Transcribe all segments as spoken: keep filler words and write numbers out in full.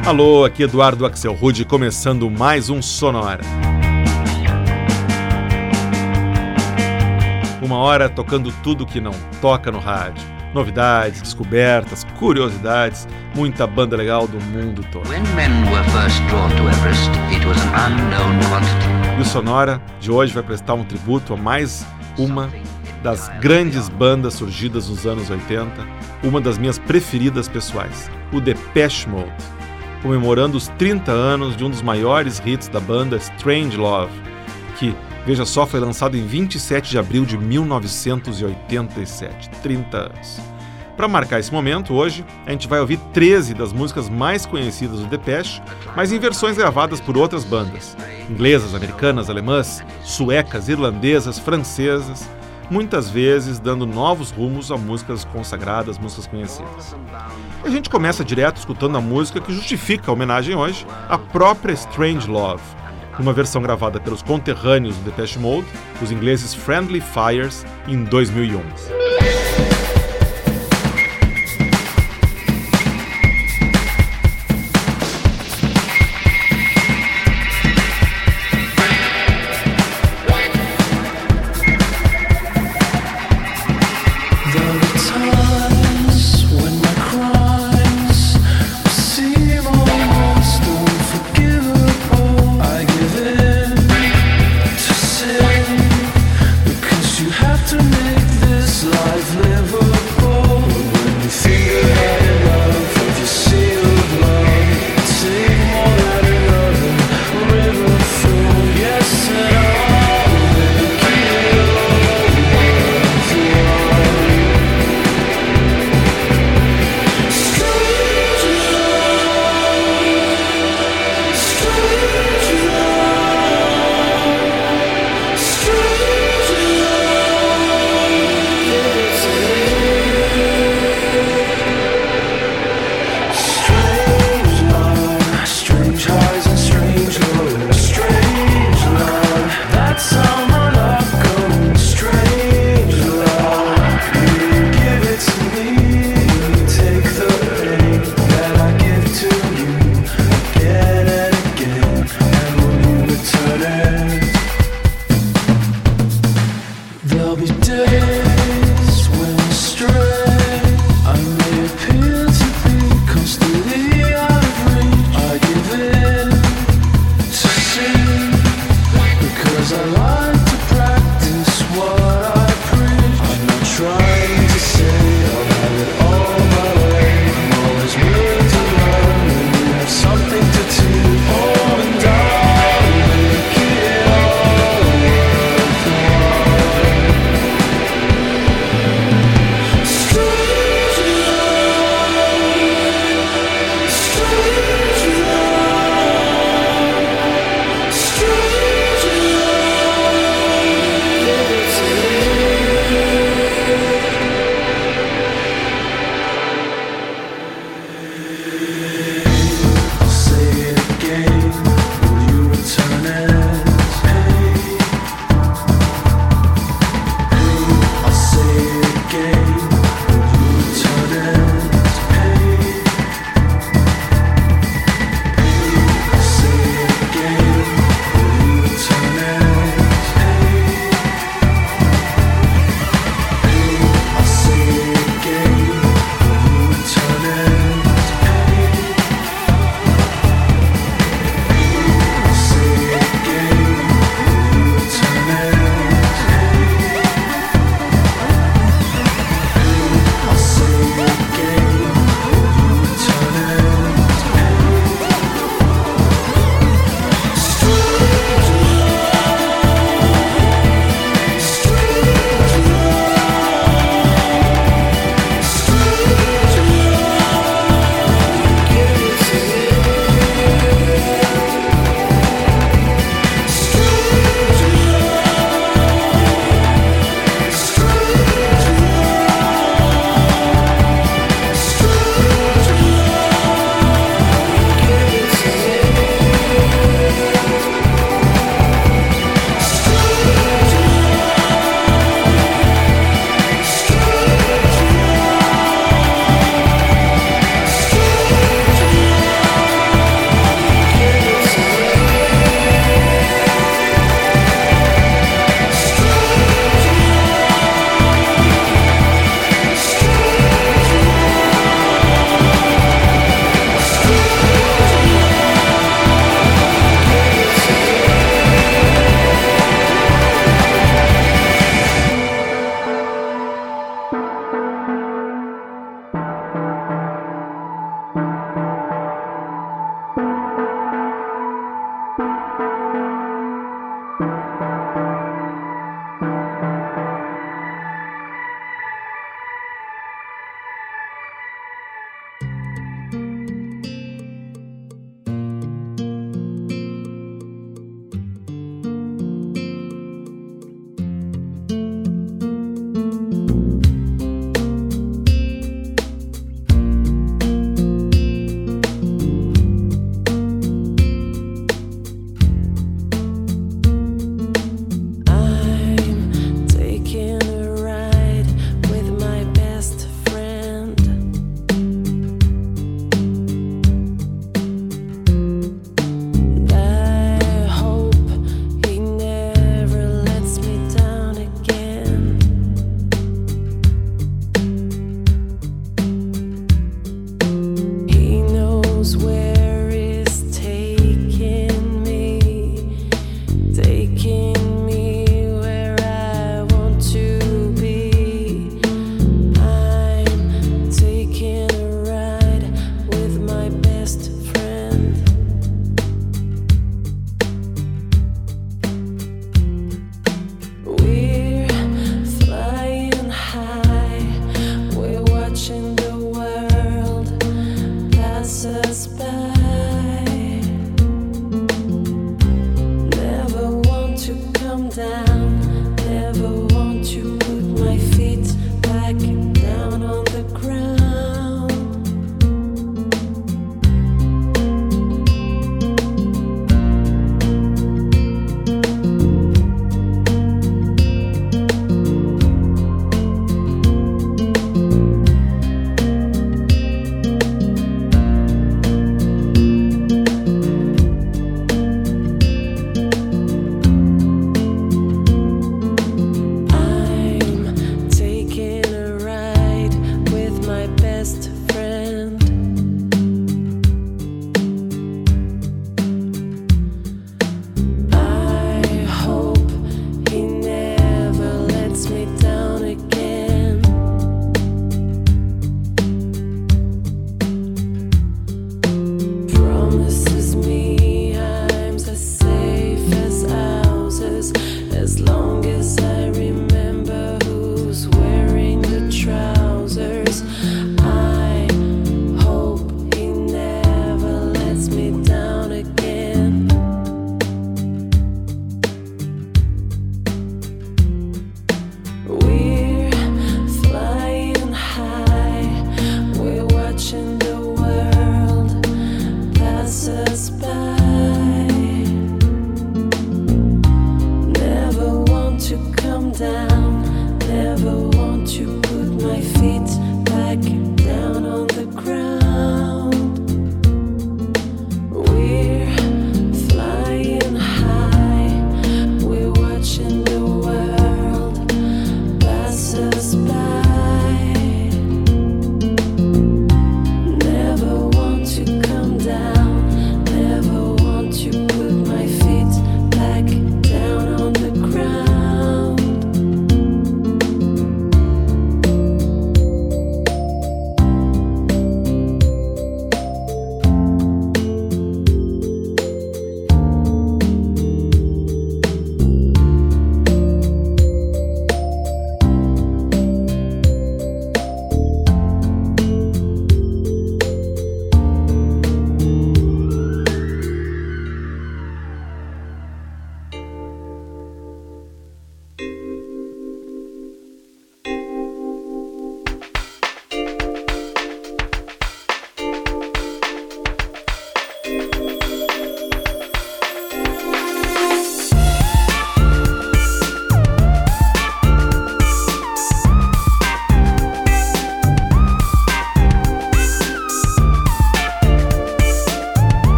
Alô, aqui Eduardo Axelrod, começando mais um Sonora. Uma hora tocando tudo que não toca no rádio. Novidades, descobertas, curiosidades, muita banda legal do mundo todo. E o Sonora de hoje vai prestar um tributo a mais uma das grandes bandas surgidas nos anos oitenta, uma das minhas preferidas pessoais, o Depeche Mode, comemorando os trinta anos de um dos maiores hits da banda, Strangelove, que, veja só, foi lançado em vinte e sete de abril de mil novecentos e oitenta e sete, trinta anos. Para marcar esse momento, hoje, a gente vai ouvir treze das músicas mais conhecidas do Depeche, mas em versões gravadas por outras bandas, inglesas, americanas, alemãs, suecas, irlandesas, francesas, muitas vezes dando novos rumos a músicas consagradas, músicas conhecidas. A gente começa direto escutando a música que justifica a homenagem hoje, a própria Strangelove, uma versão gravada pelos conterrâneos do Depeche Mode, os ingleses Friendly Fires, em dois mil e um. To make this life live down. Never want to put my feet back down on the ground.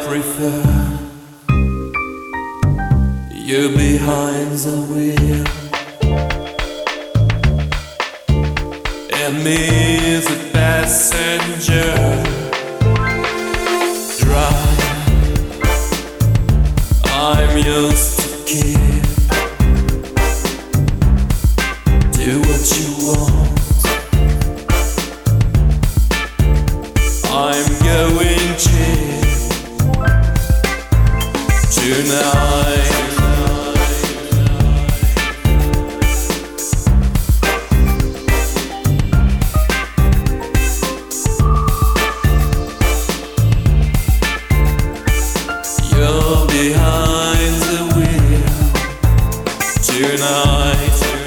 you behind the wheel. me as a passenger. Drive, I'm used to keep. Do what you want. I'm going cheap tonight. You're behind the wheel tonight.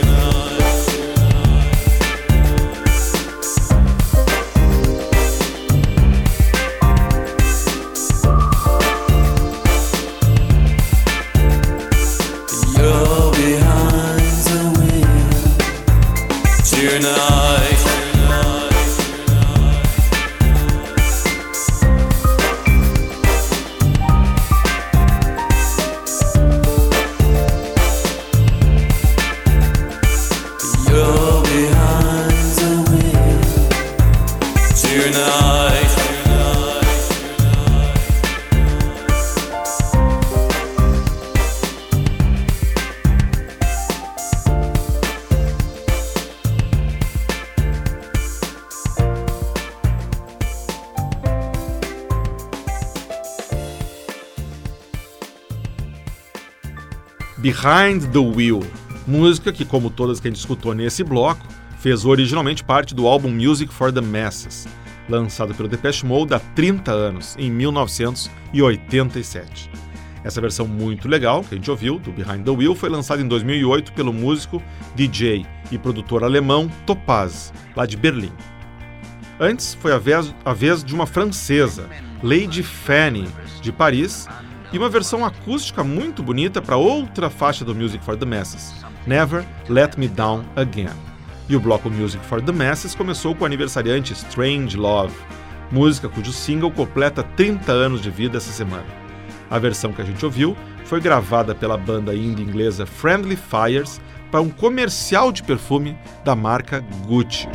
Behind the Wheel, música que, como todas que a gente escutou nesse bloco, fez originalmente parte do álbum Music for the Masses, lançado pelo Depeche Mode há trinta anos, em mil novecentos e oitenta e sete. Essa versão muito legal, que a gente ouviu, do Behind the Wheel, foi lançada em dois mil e oito pelo músico, D J e produtor alemão Topaz, lá de Berlim. Antes, foi a vez, a vez de uma francesa, Lady Fanny, de Paris, e uma versão acústica muito bonita para outra faixa do Music for the Masses, Never Let Me Down Again. E o bloco Music for the Masses começou com o aniversariante Strange Love, música cujo single completa trinta anos de vida essa semana. A versão que a gente ouviu foi gravada pela banda indie inglesa Friendly Fires para um comercial de perfume da marca Gucci.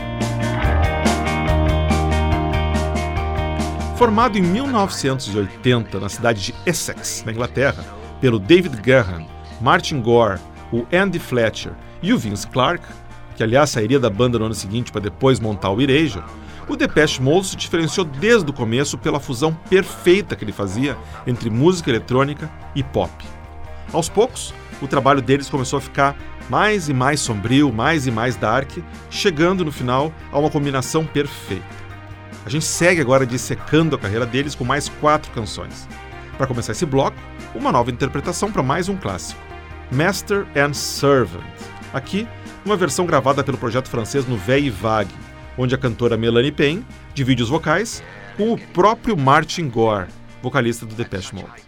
Formado em mil novecentos e oitenta na cidade de Essex, na Inglaterra, pelo David Gahan, Martin Gore, o Andy Fletcher e o Vince Clarke, que aliás sairia da banda no ano seguinte para depois montar o Erasure, o Depeche Mode se diferenciou desde o começo pela fusão perfeita que ele fazia entre música eletrônica e pop. Aos poucos, o trabalho deles começou a ficar mais e mais sombrio, mais e mais dark, chegando no final a uma combinação perfeita. A gente segue agora dissecando a carreira deles com mais quatro canções. Para começar esse bloco, uma nova interpretação para mais um clássico, Master and Servant. Aqui, uma versão gravada pelo projeto francês Nouvelle e Vague, onde a cantora Melanie Payne divide os vocais com o próprio Martin Gore, vocalista do Depeche Mode.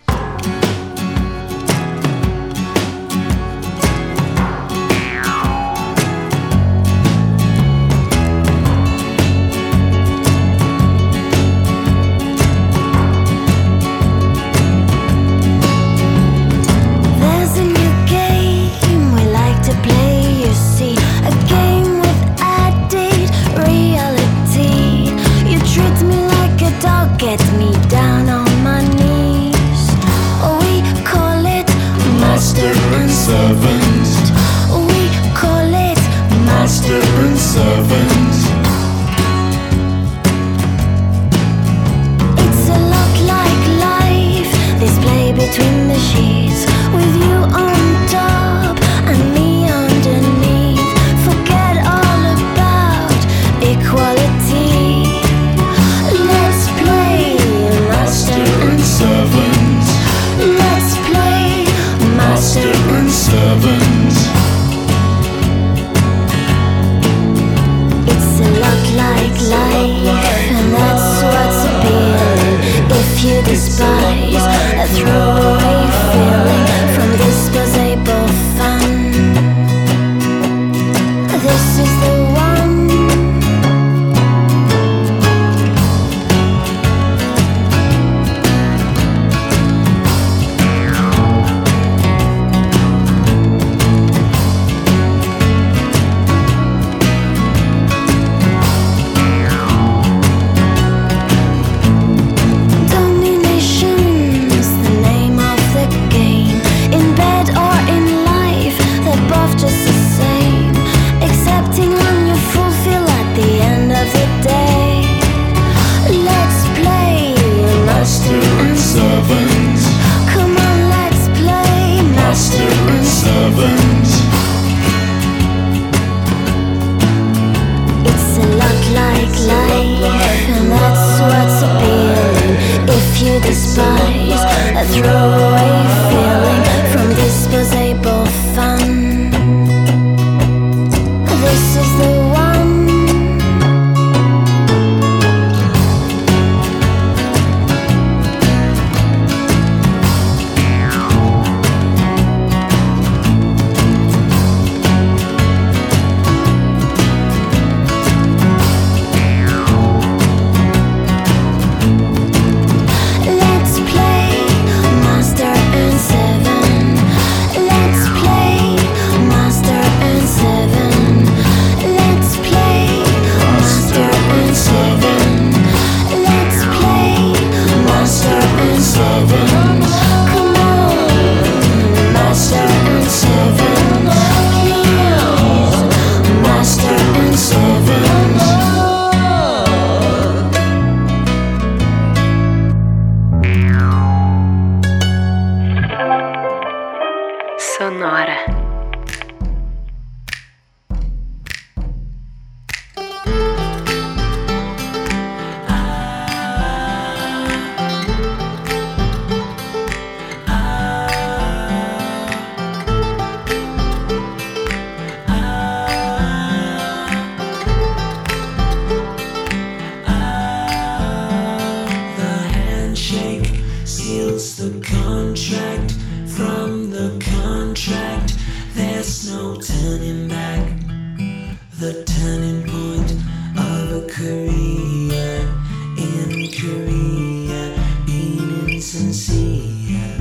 the turning point of a career in Korea, being insincere.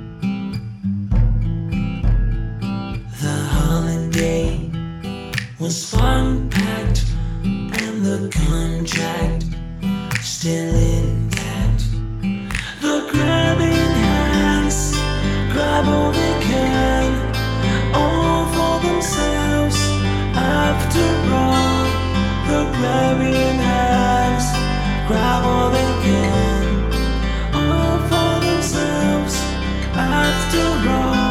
The holiday was fun packed and the contract still intact. The grabbing hands grab all they can, all for themselves. After all, the grabbing hands grab all they can, all for themselves. After all.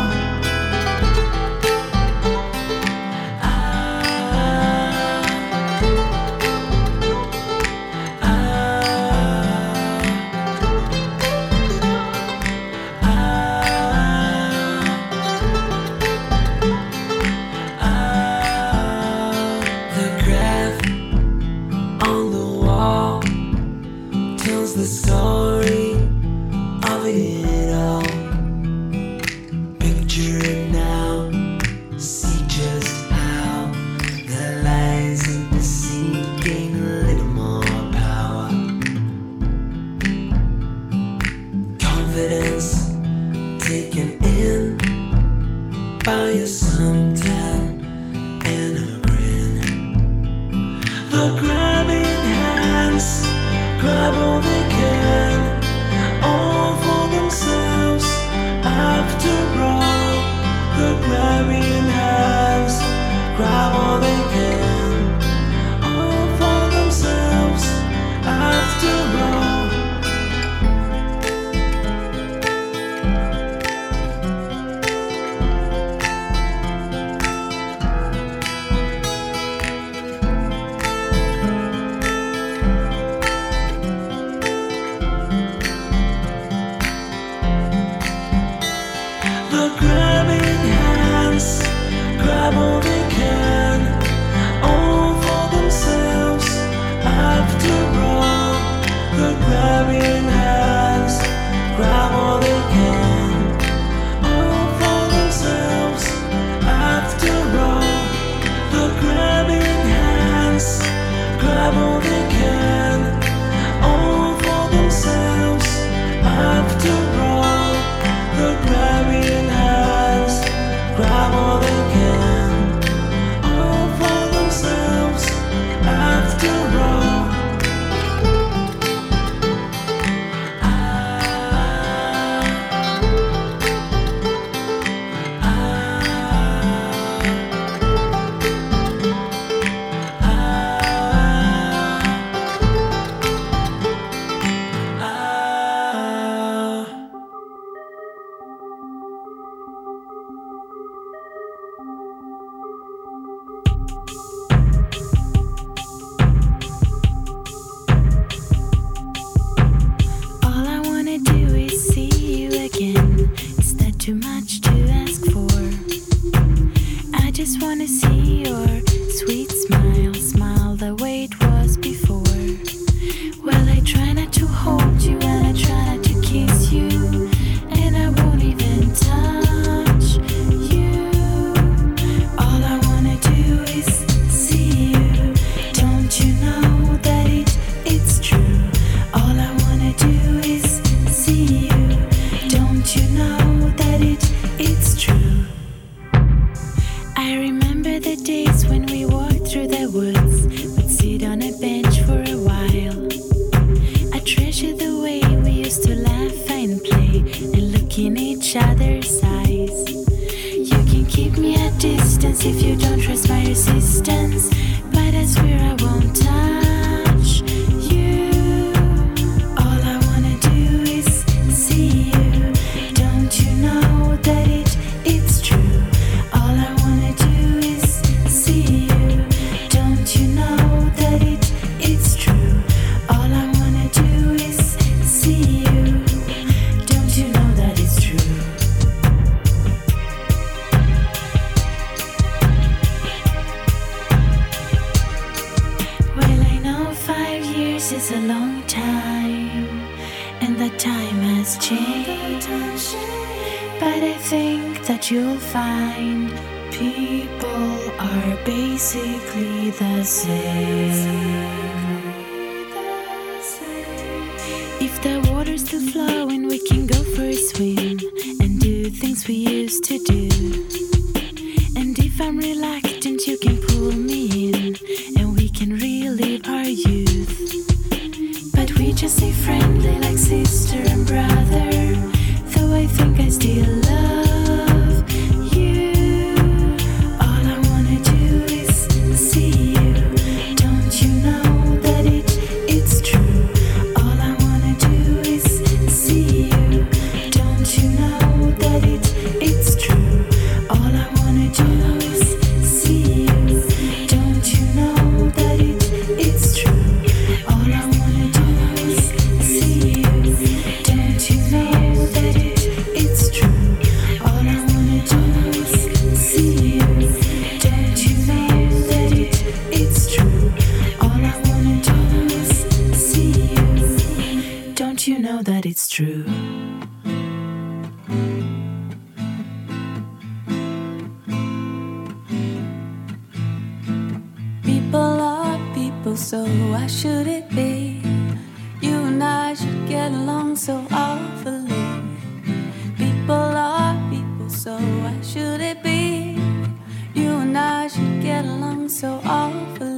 But I think that you'll find people are basically the same. If the water's still flowing, we can go for a swim and do things we used to do. And if I'm reluctant, you can pull me in and we can relive our youth. But we just stay friendly like sister and brother, though I think I still love you. All I wanna do is see you. Don't you know that it it's true? All I wanna do is see you. Don't you know that it it's true? All I wanna do is see you. Don't you know that it it's true? All I wanna do is see you. Don't you know that it it's true? All I wanna do is see you. Don't you know that it it's true? All I wanna do is see you. Don't you know that it's true? People are people, so why should it be? You and I should get along so awfully. People are people, so why should it be? You and I should get along so awfully.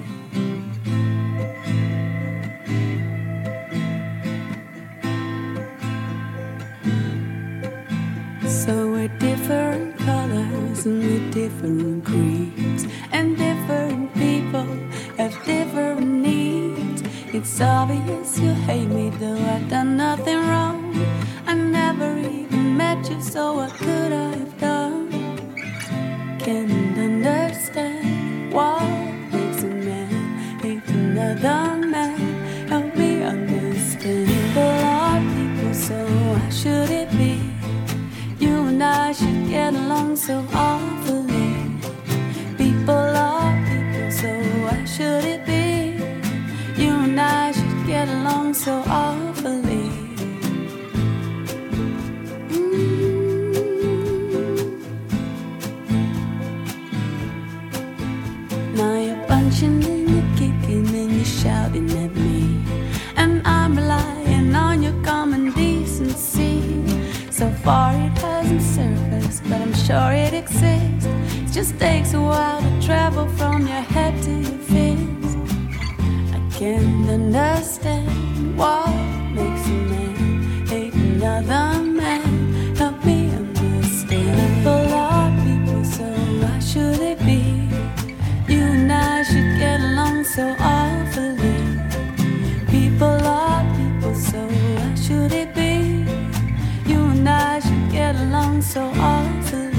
So we're different colors and we're different creeds, and different people have different needs. It's obvious you hate me, though I've done nothing wrong. I never even met you, so what could I have done? Can't understand what makes a man hate another man. Help me understand. People are people, so why should it be? You and I should get along so awfully. People are people, so why should it be? You and I should get along so awfully. Mm. Now you're punching and you're kicking and you're shouting at me, and I'm relying on your common decency. So far it hasn't surfaced, but I'm sure it exists. It just takes a while to travel from your head to your fist. I can't understand what makes a man hate another man. Help me understand. People are people, so why should it be? You and I should get along so awfully. People are people, so why should it be? You and I should get along so awfully.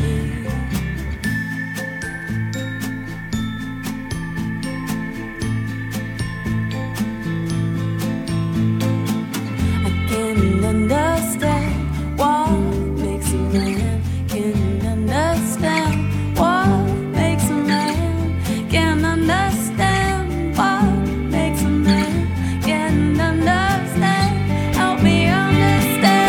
I can't understand what makes a man. Can't understand what makes a man. Can't understand what makes a man. Can't understand. Help me understand.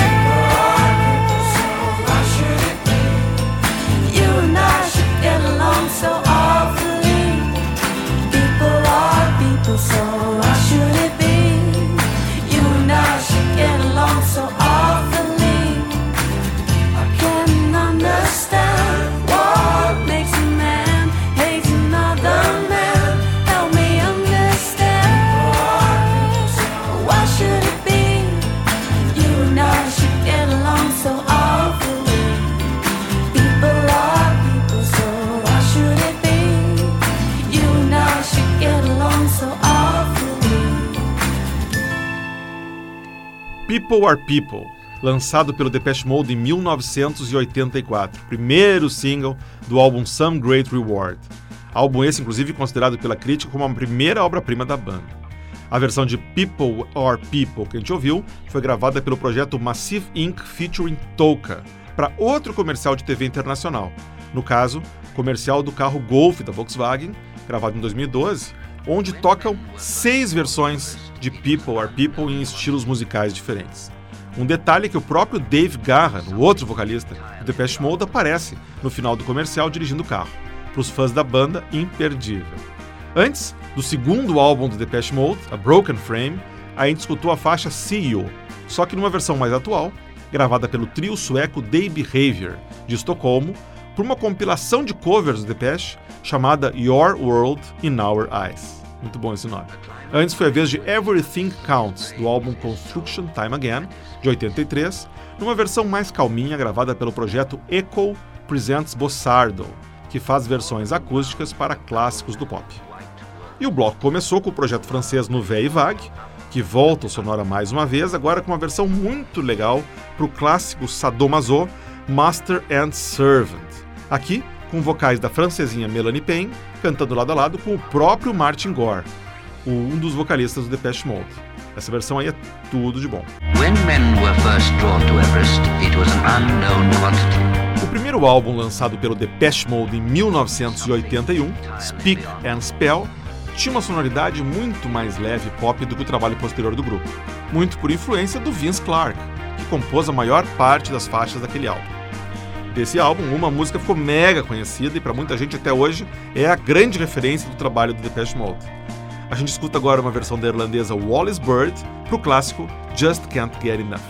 So awfully, people are people, so why should it be? You and I should get along so awfully. I can't understand what makes a man hate another man. Help me understand. Why should it be? You and I should get along so awfully. People are people, so why should it be? You and I should get along so awfully. People Are People, lançado pelo Depeche Mode em mil novecentos e oitenta e quatro, primeiro single do álbum Some Great Reward. Álbum esse, inclusive, considerado pela crítica como a primeira obra-prima da banda. A versão de People Are People que a gente ouviu foi gravada pelo projeto Massive incorporated featuring Touka, para outro comercial de T V internacional. No caso, comercial do carro Golf da Volkswagen, gravado em dois mil e doze, onde tocam seis versões de People Are People em estilos musicais diferentes. Um detalhe é que o próprio Dave Gahan, o outro vocalista do Depeche Mode, aparece no final do comercial dirigindo o carro. Para os fãs da banda, imperdível. Antes do segundo álbum do Depeche Mode, A Broken Frame, a gente escutou a faixa See You, só que numa versão mais atual, gravada pelo trio sueco The Behaviour, de Estocolmo, por uma compilação de covers do Depeche chamada Your World in Our Eyes. Muito bom esse nome. Antes foi a vez de Everything Counts, do álbum Construction Time Again, de oitenta e três, numa versão mais calminha gravada pelo projeto Echo Presents Bossardo, que faz versões acústicas para clássicos do pop. E o bloco começou com o projeto francês Nouvelle Vague, que volta ao Sonora mais uma vez, agora com uma versão muito legal para o clássico sadomaso Master and Servant. Aqui, com vocais da francesinha Melanie Payne, cantando lado a lado com o próprio Martin Gore, um dos vocalistas do Depeche Mode. Essa versão aí é tudo de bom. When men were first drawn to Everest, it was an unknown quantity. O primeiro álbum lançado pelo Depeche Mode em mil novecentos e oitenta e um, Speak and Spell, tinha uma sonoridade muito mais leve e pop do que o trabalho posterior do grupo, muito por influência do Vince Clarke, que compôs a maior parte das faixas daquele álbum. Desse álbum, uma música ficou mega conhecida e para muita gente até hoje é a grande referência do trabalho do Depeche Mode. A gente escuta agora uma versão da irlandesa Wallis Bird para o clássico Just Can't Get Enough.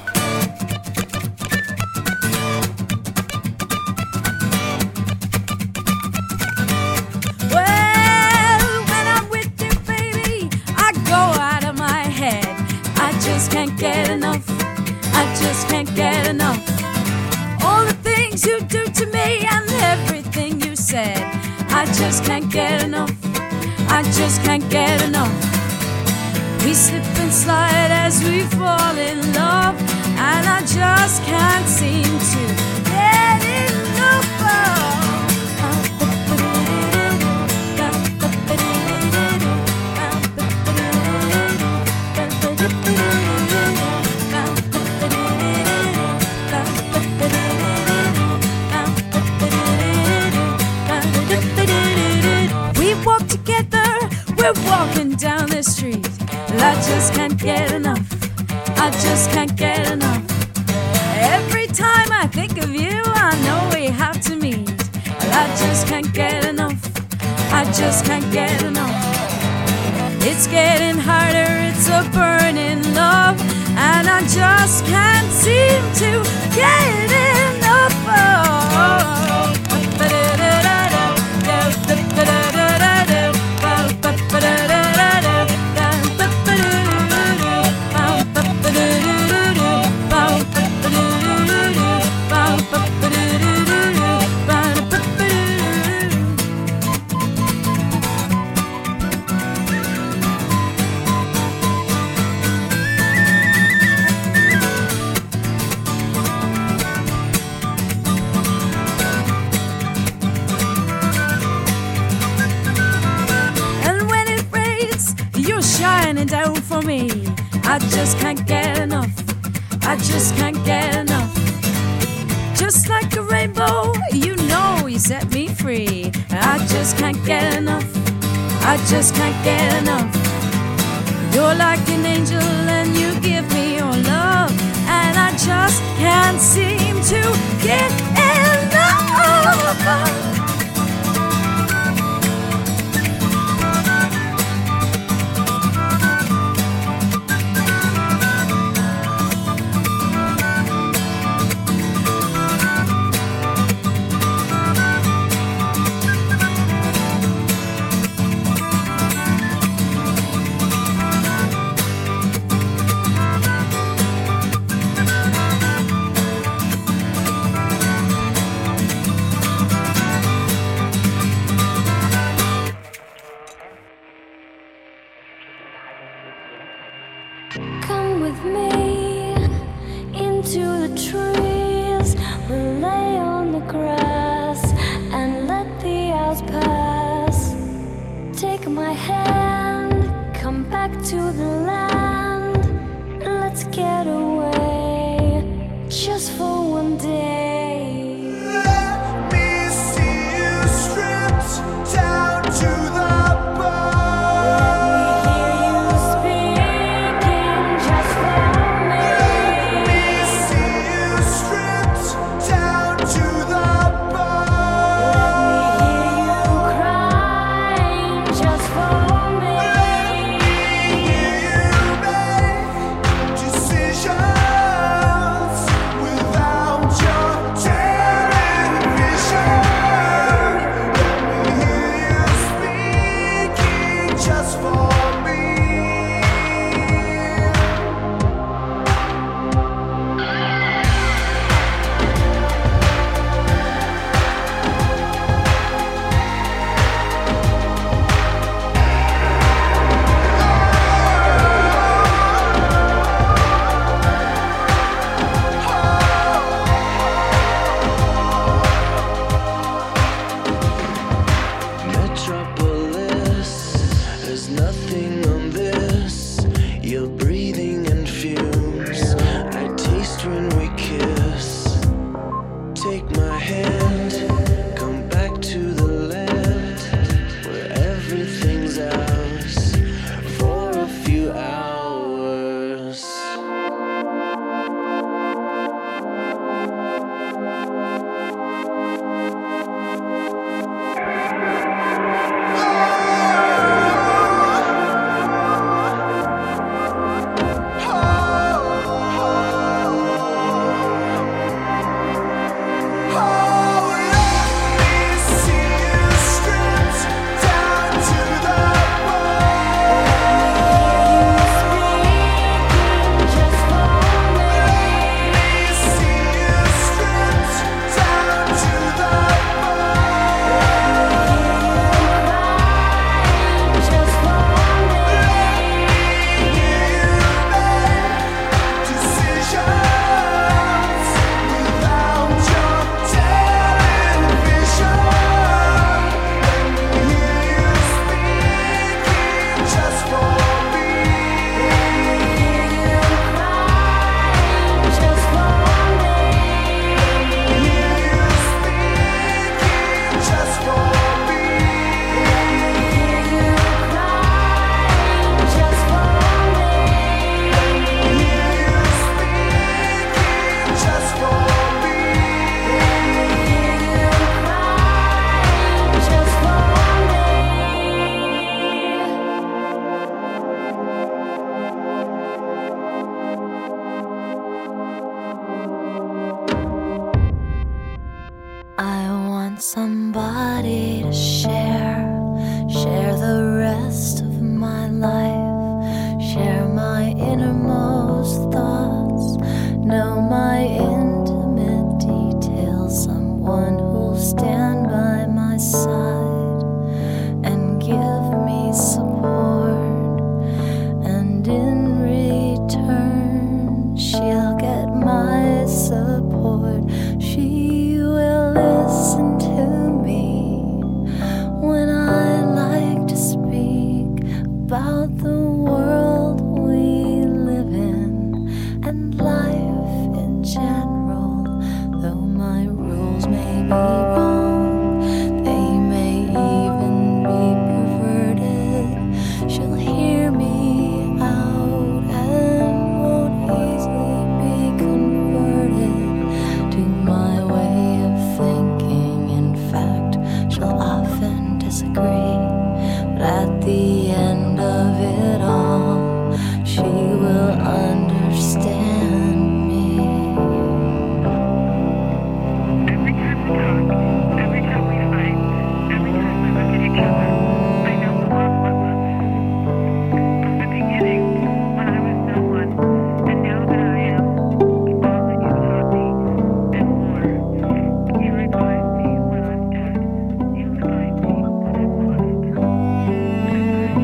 Can't get enough, I just can't get enough. All the things you do to me and everything you said, I just can't get enough, I just can't get enough. We slip and slide as we fall in love, and I just can't seem to get enough. We're walking down the street, and I just can't get enough, I just can't get enough. Every time I think of you, I know we have to meet, and I just can't get enough, I just can't get enough. It's getting harder, it's a burning love, and I just can't seem to get enough. Oh. Down for me, I just can't get enough, I just can't get enough. Just like a rainbow, you know you set me free. I just can't get enough, I just can't get enough. You're like an angel and you give me your love, and I just can't seem to get enough. Me house for a few hours. I want somebody to share, share the rest of my life, share my innermost thoughts, know my intimate details, someone who'll stand by my side and give me support, and in return she'll get my support. She will listen to me when I like to speak about the world we live in and life in general. Though my rules may be wrong, they may even be perverted, she'll hear me out and won't easily be converted to my way of thinking. In fact, she'll often disagree, but at the end of it all, she will understand me. Every time we talk, every time we fight, every time we look at each other, I know the love was us. From the beginning, when I was no one, and now that I am, with all that you taught me, and more. You remind me when I'm dead, you remind me when I'm lost.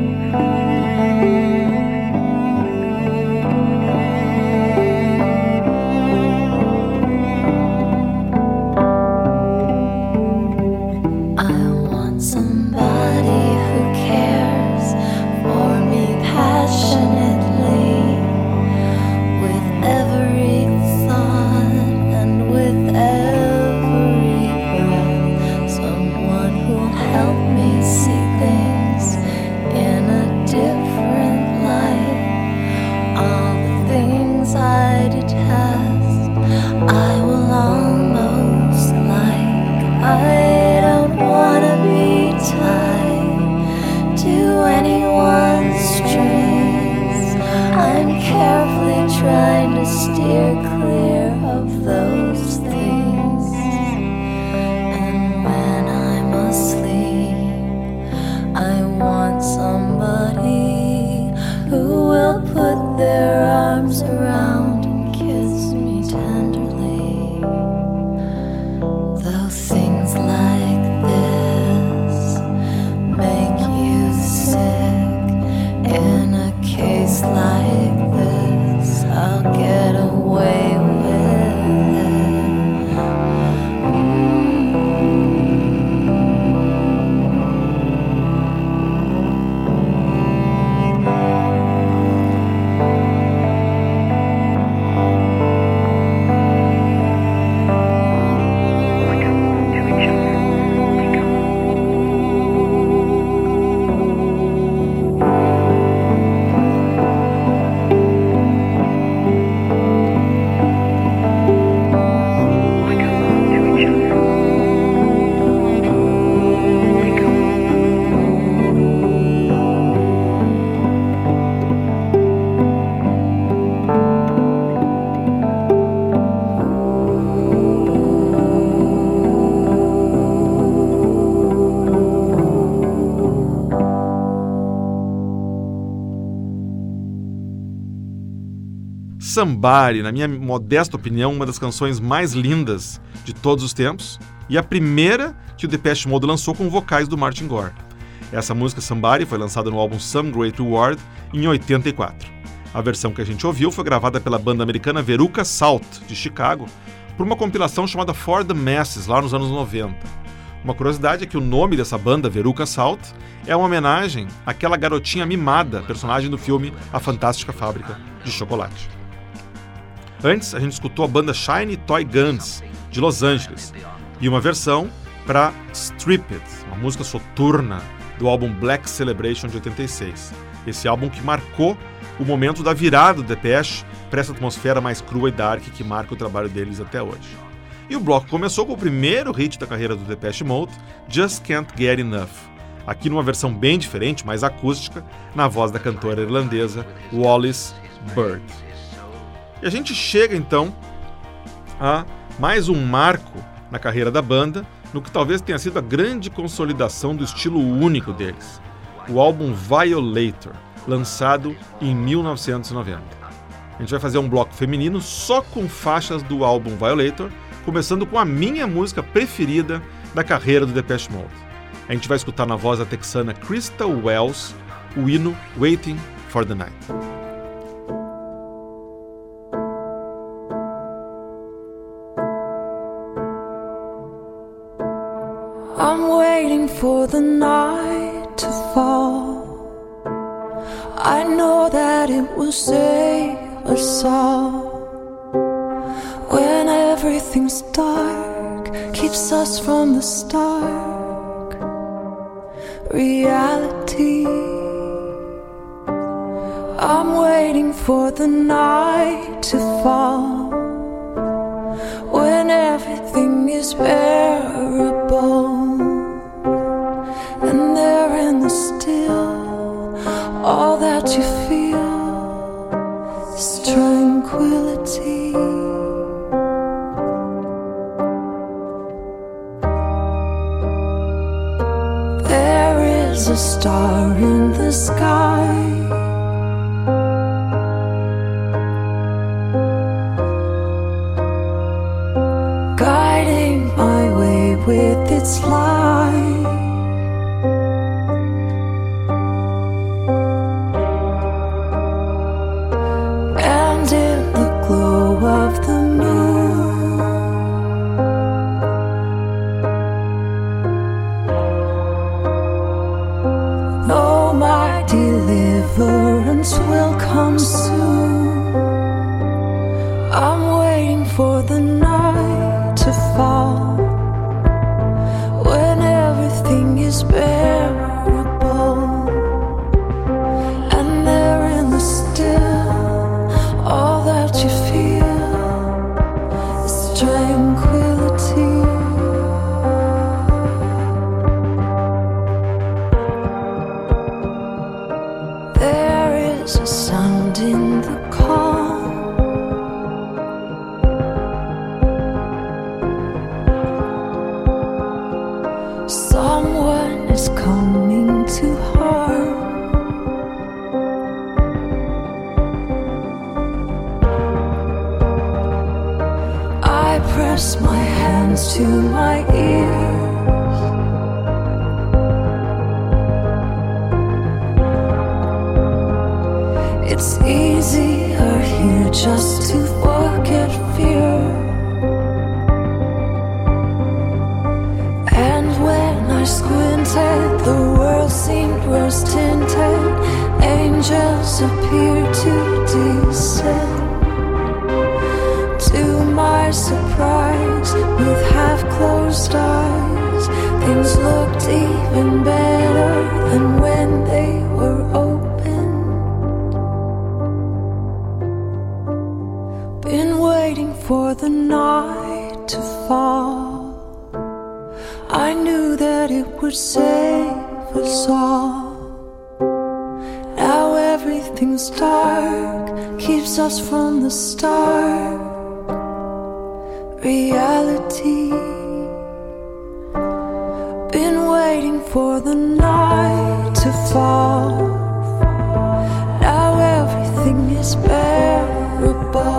Somebody, na minha modesta opinião, uma das canções mais lindas de todos os tempos e a primeira que o Depeche Mode lançou com vocais do Martin Gore. Essa música Somebody foi lançada no álbum Some Great Reward em oitenta e quatro. A versão que a gente ouviu foi gravada pela banda americana Veruca Salt, de Chicago, por uma compilação chamada For the Masses, lá nos anos noventa. Uma curiosidade é que o nome dessa banda, Veruca Salt, é uma homenagem àquela garotinha mimada, personagem do filme A Fantástica Fábrica de Chocolate. Antes, a gente escutou a banda Shiny Toy Guns, de Los Angeles, e uma versão para Strip It, uma música soturna do álbum Black Celebration de oitenta e seis. Esse álbum que marcou o momento da virada do Depeche para essa atmosfera mais crua e dark que marca o trabalho deles até hoje. E o bloco começou com o primeiro hit da carreira do Depeche Mode, Just Can't Get Enough, aqui numa versão bem diferente, mais acústica, na voz da cantora irlandesa Wallis Bird. E a gente chega então a mais um marco na carreira da banda, no que talvez tenha sido a grande consolidação do estilo único deles, o álbum Violator, lançado em mil novecentos e noventa. A gente vai fazer um bloco feminino só com faixas do álbum Violator, começando com a minha música preferida da carreira do Depeche Mode. A gente vai escutar na voz da texana Crystal Wells o hino Waiting for the Night. I'm waiting for the night to fall. I know that it will save us all. When everything's dark, keeps us from the stark reality. I'm waiting for the night to fall. When everything is bearable, and there in the still, all that you feel is tranquility. There is a star in the sky, guiding my way with its light. And in the glow of the moon, know my deliverance will come soon. I'm waiting for the night to fall, when everything is bearable, and there in the still, all that you feel is tranquility. There is a sound in the calm, someone is coming to harm. I press my hands to my ears, it's easier here just to forget fear. And when I squinted, the world seemed rose tinted. Angels appeared to descend. To my surprise, with half-closed eyes, things looked even better than when they were open. Been waiting for the night to fall. I knew that it would save us all. Now everything's dark, keeps us from the start reality. Been waiting for the night to fall. Now everything is bearable,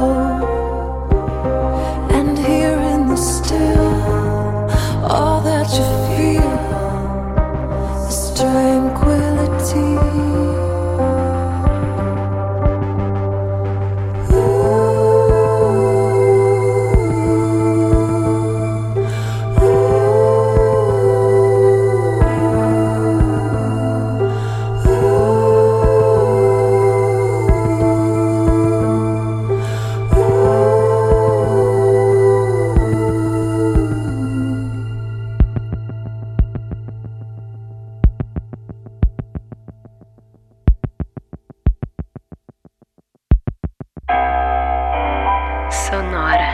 Sonora.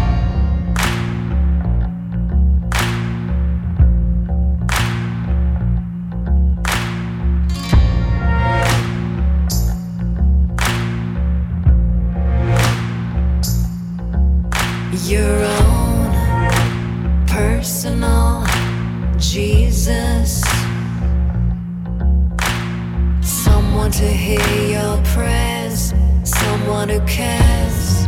Your own personal Jesus. Someone to hear your prayers, someone who cares.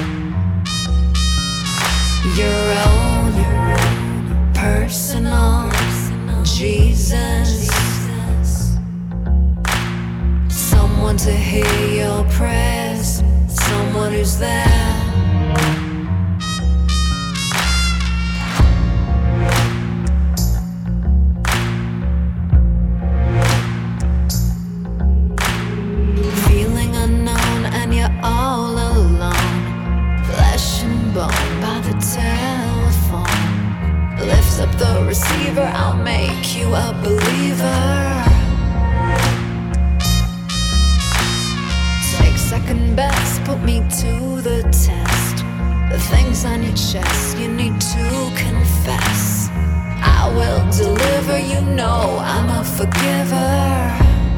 Your own personal Jesus. Someone to hear your prayers, someone who's there. I'll make you a believer. Take second best, put me to the test. The things on your chest you need to confess. I will deliver, you know I'm a forgiver.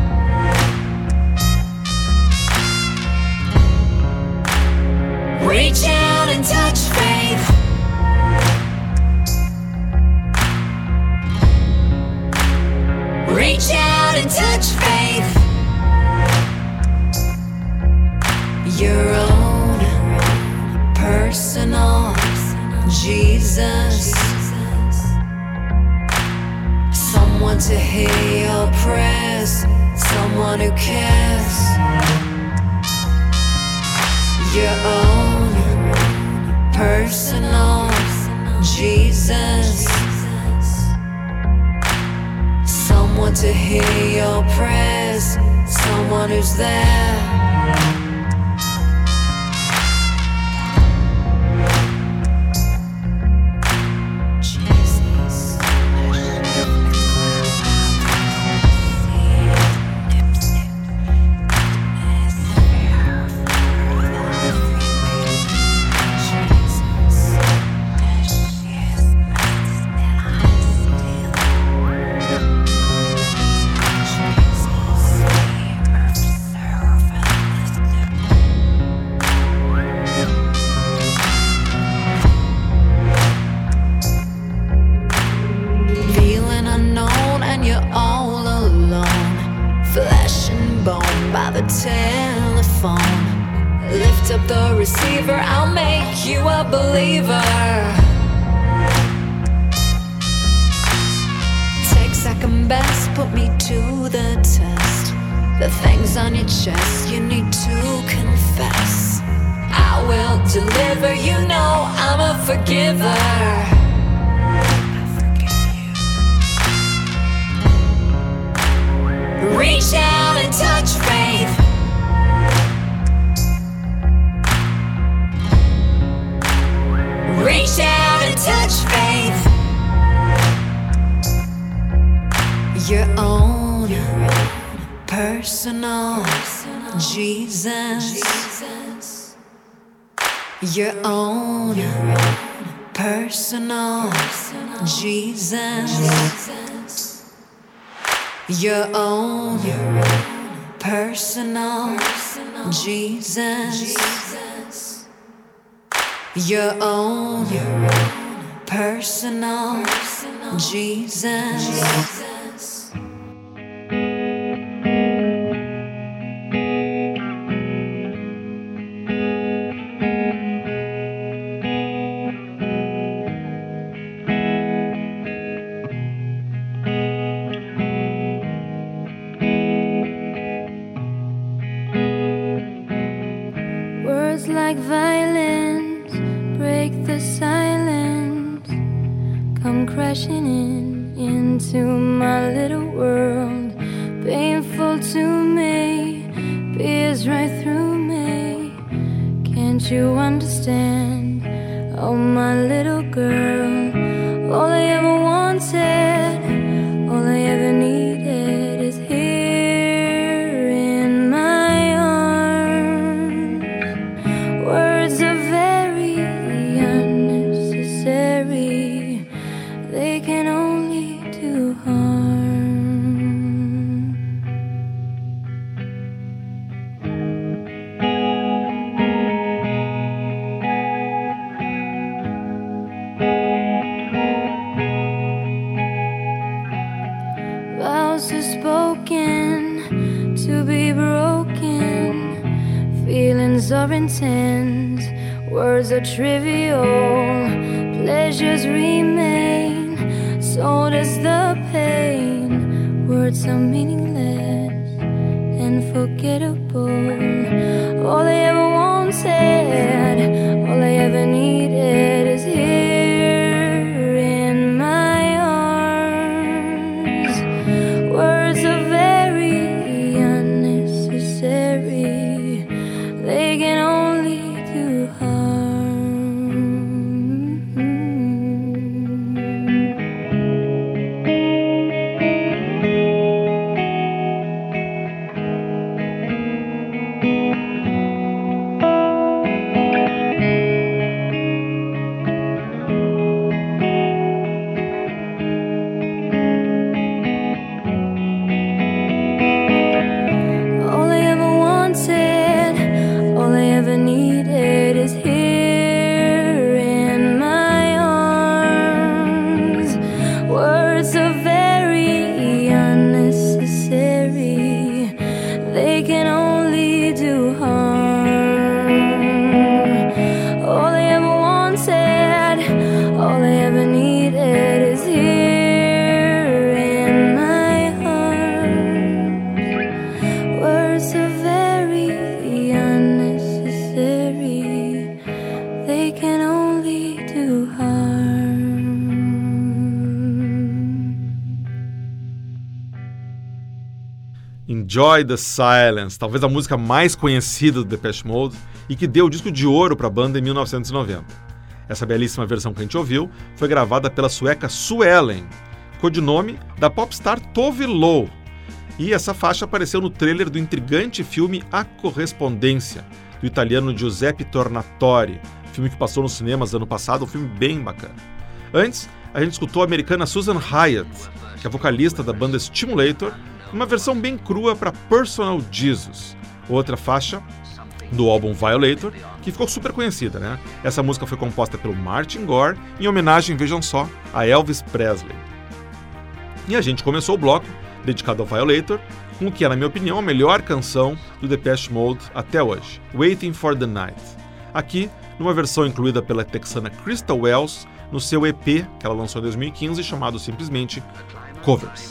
Reach out and touch faith. Reach out and touch faith. Your own personal Jesus. Someone to hear your prayers, someone who cares. Your own personal Jesus. Someone to hear your prayers, someone who's there. I'll make you a believer. Take second best, put me to the test. The things on your chest you need to confess. I will deliver, you know I'm a forgiver. Reach out and touch faith. Reach out and touch faith. Your own personal Jesus. Your own personal Jesus. Your own personal Jesus. Your own personal Jesus. like violence, break the silence, come crashing in into my little world. Painful to me, pierce right through me. Can't you understand? Oh, my little girl. All I ever wanted, all I ever needed is here in my arms. Words are very unnecessary, they can only do harm. Vows are spoken to be broken, feelings are intense, words are trivial, pleasures remain, so does the pain. Words are meaningless and forgettable. All I ever wanted, all I ever needed is here in my arms. Words are very unnecessary, they can only do harm. All I ever wanted, all I ever needed is here in my arms. Words are very unnecessary, they can only do harm. All I ever wanted, all I ever needed is here in my arms. Words are very unnecessary, they can only do harm. Enjoy the Silence, talvez a música mais conhecida do Depeche Mode e que deu o disco de ouro para a banda em mil novecentos e noventa. Essa belíssima versão que a gente ouviu foi gravada pela sueca Sue Ellen, codinome da popstar Tove Lo. E essa faixa apareceu no trailer do intrigante filme A Correspondência, do italiano Giuseppe Tornatore, filme que passou nos cinemas ano passado, um filme bem bacana. Antes, a gente escutou a americana Susan Hyatt, que é vocalista da banda Stimulator, uma versão bem crua para Personal Jesus, outra faixa do álbum Violator, que ficou super conhecida, né? Essa música foi composta pelo Martin Gore em homenagem, vejam só, a Elvis Presley. E a gente começou o bloco, dedicado ao Violator, com o que é, na minha opinião, a melhor canção do Depeche Mode até hoje, Waiting for the Night. Aqui, numa versão incluída pela texana Crystal Wells, no seu E P, que ela lançou em dois mil e quinze, chamado simplesmente Covers.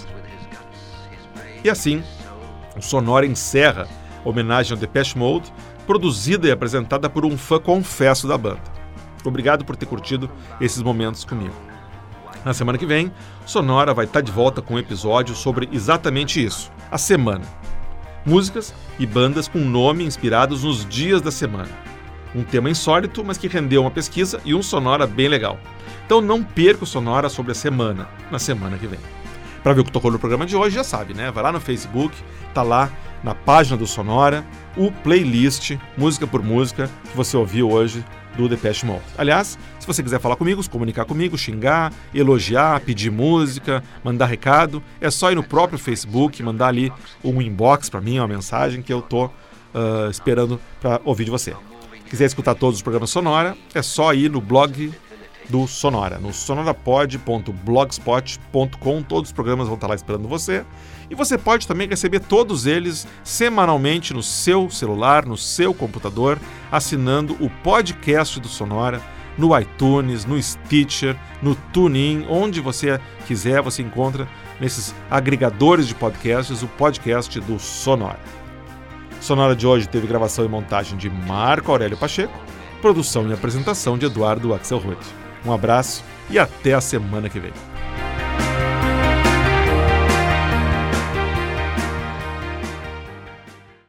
E assim, o Sonora encerra a homenagem ao Depeche Mode, produzida e apresentada por um fã confesso da banda. Obrigado por ter curtido esses momentos comigo. Na semana que vem, Sonora vai estar de volta com um episódio sobre exatamente isso, a semana. Músicas e bandas com nome inspirados nos dias da semana. Um tema insólito, mas que rendeu uma pesquisa e um Sonora bem legal. Então não perca o Sonora sobre a semana, na semana que vem. Para ver o que tocou no programa de hoje, já sabe, né? Vai lá no Facebook, tá lá na página do Sonora, o playlist, música por música, que você ouviu hoje do Depeche Mode. Aliás, se você quiser falar comigo, se comunicar comigo, xingar, elogiar, pedir música, mandar recado, é só ir no próprio Facebook, mandar ali um inbox para mim, uma mensagem que eu tô uh, esperando para ouvir de você. Se quiser escutar todos os programas Sonora, é só ir no blog do Sonora, no sonorapod ponto blogspot ponto com. Todos os programas vão estar lá esperando você. E você pode também receber todos eles semanalmente no seu celular, no seu computador, assinando o podcast do Sonora no iTunes, no Stitcher, no TuneIn, onde você quiser, você encontra nesses agregadores de podcasts o podcast do Sonora. Sonora de hoje teve gravação e montagem de Marco Aurélio Pacheco, produção e apresentação de Eduardo Axelrod. Um abraço e até a semana que vem.